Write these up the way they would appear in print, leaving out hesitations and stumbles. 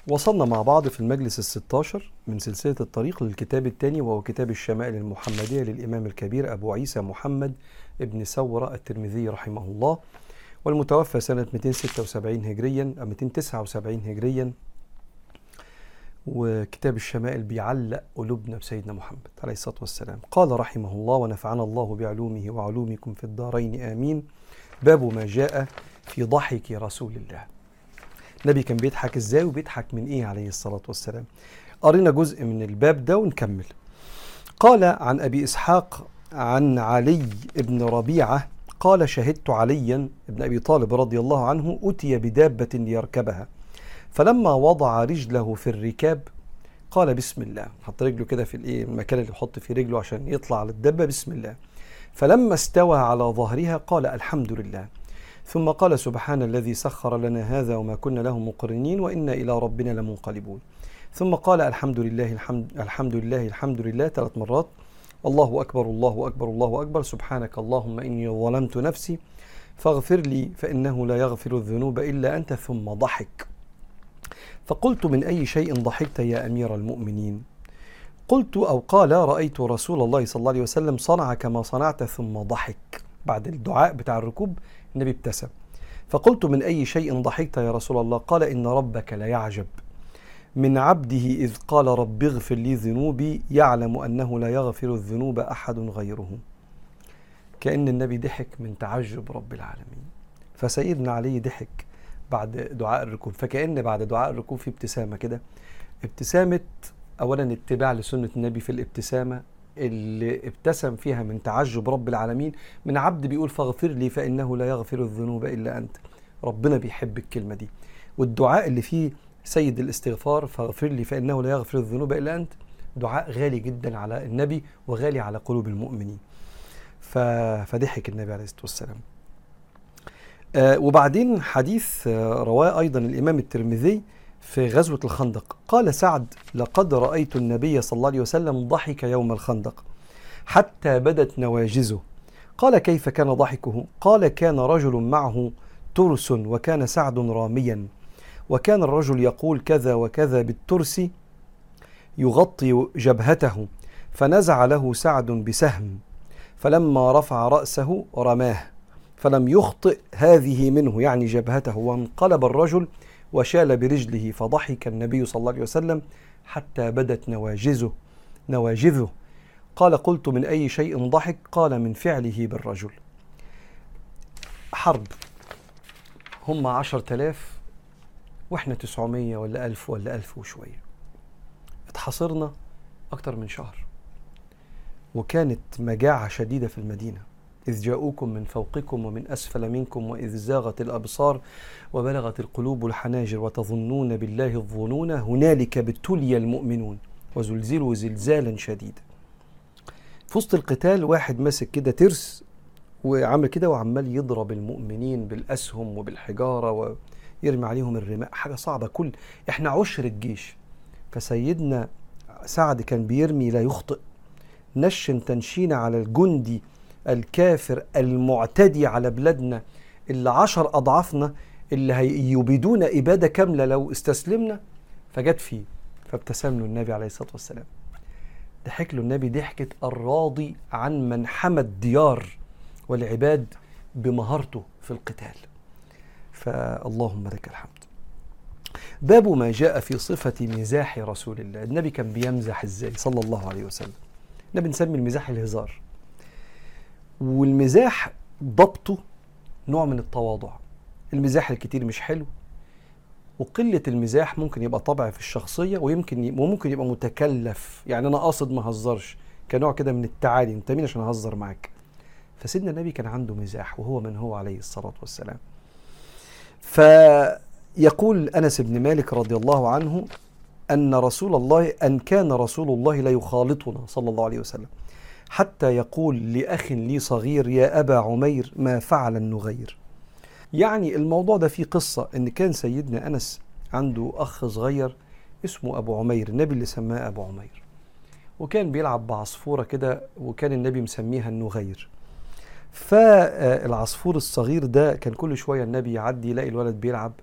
وصلنا مع بعض في المجلس الستاشر من سلسلة الطريق للكتاب الثاني، وهو كتاب الشمائل المحمدية للإمام الكبير أبو عيسى محمد ابن سورة الترمذي رحمه الله، والمتوفى سنة 276 هجريا أو 279 هجريا. وكتاب الشمائل بيعلق قلوبنا بسيدنا محمد عليه الصلاة والسلام. قال رحمه الله: ونفعنا الله بعلومه وعلومكم في الدارين آمين. باب ما جاء في ضحك رسول الله. النبي كان بيضحك ازاي وبيضحك من ايه عليه الصلاة والسلام؟ قرينا جزء من الباب ده ونكمل. قال عن أبي إسحاق عن علي بن ربيعة قال: شهدت عليا بن أبي طالب رضي الله عنه أتي بدابة ليركبها، فلما وضع رجله في الركاب قال بسم الله. حط رجله كده في المكان اللي يحط فيه رجله عشان يطلع على الدابة، بسم الله. فلما استوى على ظهرها قال الحمد لله، ثم قال سبحان الذي سخر لنا هذا وما كنا له مقرنين وإنا إلى ربنا لمنقلبون. ثم قال الحمد لله الحمد لله الحمد لله 3 مرات. الله أكبر الله أكبر الله أكبر. سبحانك اللهم إني ظلمت نفسي فاغفر لي فإنه لا يغفر الذنوب إلا أنت. ثم ضحك. فقلت: من أي شيء ضحكت يا أمير المؤمنين؟ قلت أو قال: رأيت رسول الله صلى الله عليه وسلم صنع كما صنعت ثم ضحك. بعد الدعاء بتاع الركوب النبي ابتسم. فقلت: من أي شيء ضحكت يا رسول الله؟ قال: إن ربك لا يعجب من عبده إذ قال رب اغفر لي ذنوبي يعلم أنه لا يغفر الذنوب أحد غيره. كأن النبي ضحك من تعجب رب العالمين. فسيدنا علي ضحك بعد دعاء الركوب، فكأن بعد دعاء الركوب في ابتسامة كده، ابتسامة أولا اتباع لسنة النبي في الابتسامة اللي ابتسم فيها من تعجب رب العالمين من عبد بيقول فاغفر لي فإنه لا يغفر الذنوب إلا أنت. ربنا بيحب الكلمة دي. والدعاء اللي فيه سيد الاستغفار فاغفر لي فإنه لا يغفر الذنوب إلا أنت، دعاء غالي جدا على النبي وغالي على قلوب المؤمنين. فضحك النبي عليه الصلاة والسلام. وبعدين حديث رواه أيضا الإمام الترمذي في غزوة الخندق. قال سعد: لقد رأيت النبي صلى الله عليه وسلم ضحك يوم الخندق حتى بدت نواجزه. قال: كيف كان ضحكه؟ قال: كان رجل معه ترس وكان سعد راميا، وكان الرجل يقول كذا وكذا بالترس يغطي جبهته، فنزع له سعد بسهم، فلما رفع رأسه رماه فلم يخطئ هذه منه يعني جبهته، وانقلب الرجل وشال برجله، فضحك النبي صلى الله عليه وسلم حتى بدت نواجذه. قال: قلت: من أي شيء ضحك؟ قال: من فعله بالرجل. حرب هم 10,000 وإحنا 900 ولا 1000 ولا 1000 وشوية، اتحاصرنا أكتر من شهر، وكانت مجاعة شديدة في المدينة. إذ جاءوكم من فوقكم ومن أسفل منكم وإذ زاغت الأبصار وبلغت القلوب الحناجر وتظنون بالله الظنون هنالك ابتلي المؤمنون وزلزلوا زلزالا شديدا. في وسط القتال واحد ماسك كده ترس وعمل كده وعمال يضرب المؤمنين بالأسهم وبالحجارة ويرمي عليهم الرماء، حاجة صعبة. احنا عشر الجيش. فسيدنا سعد كان بيرمي لا يخطئ، نشن تنشين على الجندي الكافر المعتدي على بلادنا اللي 10 أضعافنا، اللي هيبيدون إبادة كاملة لو استسلمنا. فجت فيه فابتسم له النبي عليه الصلاة والسلام. ضحك له النبي ضحكة الراضي عن من حمى الديار والعباد بمهارته في القتال. فاللهم لك الحمد. باب ما جاء في صفة مزاح رسول الله. النبي كان بيمزح ازاي صلى الله عليه وسلم؟ النبي نسمي المزاح الهزار، والمزاح ضبطه نوع من التواضع. المزاح الكتير مش حلو، وقلة المزاح ممكن يبقى طبع في الشخصية وممكن يبقى متكلف، يعني أنا قاصد ما هزرش كنوع كده من التعالي، أنت مين عشان أهزر معاك؟ فسيدنا النبي كان عنده مزاح، وهو من هو عليه الصلاة والسلام. فيقول أنس بن مالك رضي الله عنه أن كان رسول الله لا يخالطنا صلى الله عليه وسلم حتى يقول لأخ لي صغير: يا أبا عمير ما فعل النغير. يعني الموضوع ده فيه قصة، إن كان سيدنا أنس عنده أخ صغير اسمه أبو عمير، النبي اللي سماه أبو عمير، وكان بيلعب بعصفورة كده وكان النبي مسميها النغير. فالعصفور الصغير ده كان كل شوية النبي يعدي يلاقي الولد بيلعب،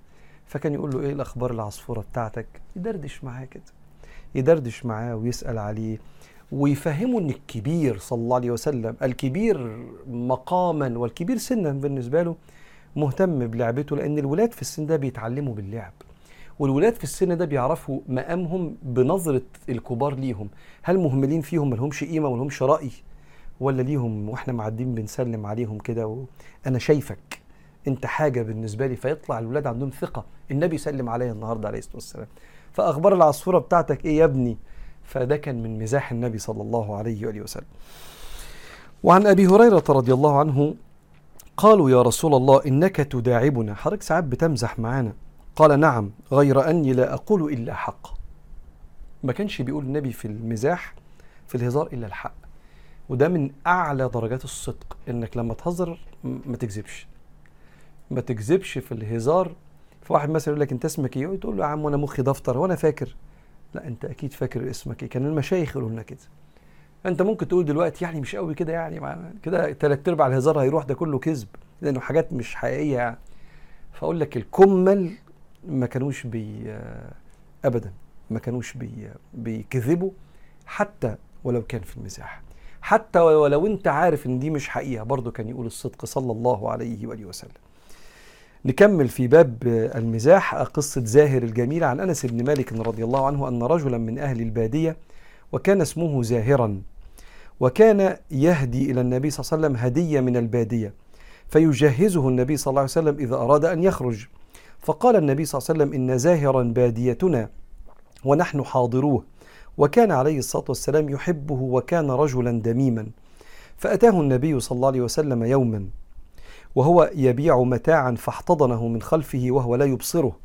فكان يقول له ايه الاخبار العصفورة بتاعتك، يدردش معاه كده، يدردش معاه ويسأل عليه ويفهمه ان الكبير صلى الله عليه وسلم، الكبير مقاما والكبير سنا بالنسبة له، مهتم بلعبته، لان الولاد في السن ده بيتعلموا باللعب، والولاد في السن ده بيعرفوا مقامهم بنظرة الكبار ليهم، هل مهملين فيهم ملهمش قيمة ملهمش رأي، ولا ليهم واحنا معدين بنسلم عليهم كده انا شايفك انت حاجة بالنسبة لي، فيطلع الولاد عندهم ثقة، النبي سلم عليا النهاردة عليه الصلاة والسلام، فأخبار العصفورة بتاعتك ايه يا ابني؟ فده كان من مزاح النبي صلى الله عليه وآله وسلم. وعن أبي هريرة رضي الله عنه قالوا يا رسول الله إنك تداعبنا، حضرتك ساعات بتمزح معانا، قال نعم غير أني لا أقول إلا حق. ما كانش بيقول النبي في المزاح في الهزار إلا الحق، وده من أعلى درجات الصدق، إنك لما تهزر ما تكذبش، ما تكذبش في الهزار. فواحد مثلا يقول لك انت اسمك ايه، تقول له يا عم وانا مخي دفتر وانا فاكر، لا انت اكيد فاكر اسمك ايه، كان المشايخ يقولوا لنا كده. انت ممكن تقول دلوقتي يعني مش قوي كده، يعني كده 3/4 الهزار هيروح ده كله كذب، لانه حاجات مش حقيقيه يعني. فاقول لك الكمل ما كانوش ابدا ما كانوش بيكذبوا، حتى ولو كان في المزاح، حتى ولو انت عارف ان دي مش حقيقه، برضه كان يقول الصدق صلى الله عليه واله وسلم. نكمل في باب المزاح قصة زاهر الجميل. عن أنس بن مالك رضي الله عنه أن رجلا من أهل البادية وكان اسمه زاهرا، وكان يهدي إلى النبي صلى الله عليه وسلم هدية من البادية، فيجهزه النبي صلى الله عليه وسلم إذا أراد أن يخرج. فقال النبي صلى الله عليه وسلم إن زاهرا باديتنا ونحن حاضروه، وكان عليه الصلاة والسلام يحبه وكان رجلا دميما. فأتاه النبي صلى الله عليه وسلم يوما وهو يبيع متاعا فاحتضنه من خلفه وهو لا يبصره.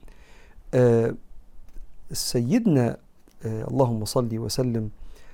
سيدنا اللهم صل وسلم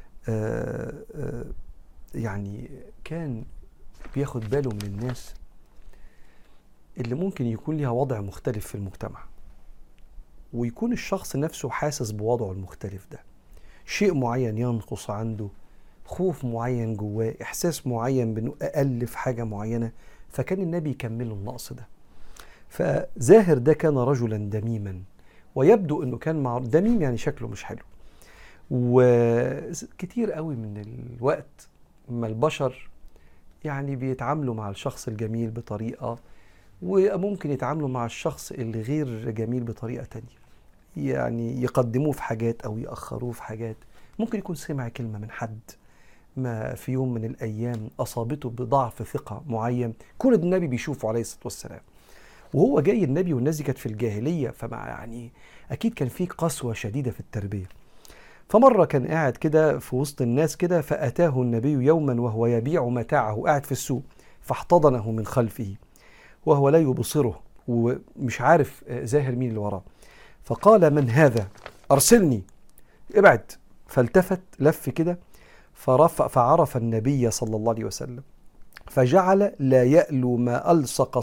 يعني كان بياخد باله من الناس اللي ممكن يكون لها وضع مختلف في المجتمع، ويكون الشخص نفسه حاسس بوضعه المختلف ده، شيء معين ينقص عنده، خوف معين جواه، إحساس معين بأنه أقل في حاجة معينة، فكان النبي يكمله النقص ده. فزاهر ده كان رجلا دميما، ويبدو أنه كان دميم يعني شكله مش حلو، وكتير قوي من الوقت ما البشر يعني بيتعاملوا مع الشخص الجميل بطريقة، وممكن يتعاملوا مع الشخص اللي غير جميل بطريقة تانية، يعني يقدموه في حاجات أو يأخروه في حاجات. ممكن يكون سمع كلمة من حد ما في يوم من الأيام أصابته بضعف ثقة معين، كل النبي بيشوفه عليه الصلاة والسلام، وهو جاي النبي والناس دي كانت في الجاهلية، فمع يعني أكيد كان في قسوة شديدة في التربية. فمرة كان قاعد كده في وسط الناس كده، فأتاه النبي يوما وهو يبيع متاعه، قاعد في السوق، فاحتضنه من خلفه وهو لا يبصره، ومش عارف زاهر مين اللي وراه. فقال من هذا؟ أرسلني، ابعد. فالتفت لف كده فعرف النبي صلى الله عليه وسلم، فجعل لا يألو ما ألصق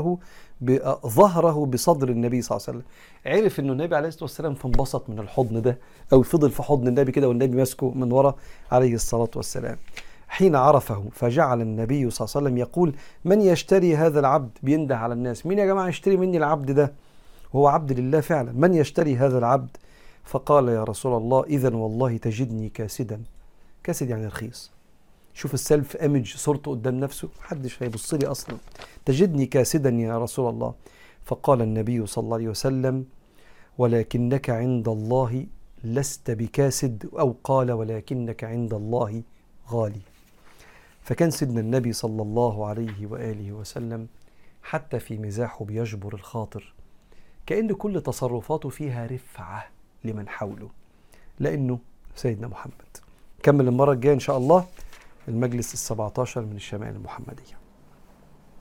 ظهره بصدر النبي صلى الله عليه وسلم. عرف انه النبي عليه الصلاة والسلام فانبسط من الحضن ده، او فضل في حضن النبي كده والنبي ماسكه من ورا عليه الصلاة والسلام. حين عرفه فجعل النبي صلى الله عليه وسلم يقول من يشتري هذا العبد، بينده على الناس، مين يا جماعة يشتري مني العبد ده؟ هو عبد لله فعلا، من يشتري هذا العبد؟ فقال يا رسول الله إذن والله تجدني كاسدا. كاسد يعني رخيص. شوف السلف ايمج، صورته قدام نفسه، محدش هيبص لي اصلا، تجدني كاسدا يا رسول الله. فقال النبي صلى الله عليه وسلم ولكنك عند الله لست بكاسد، او قال ولكنك عند الله غالي. فكان سيدنا النبي صلى الله عليه وآله وسلم حتى في مزاحه بيجبر الخاطر، كأن كل تصرفاته فيها رفعة لمن حوله، لأنه سيدنا محمد. كمل المرة الجاية إن شاء الله المجلس 17 من الشمائل المحمدية.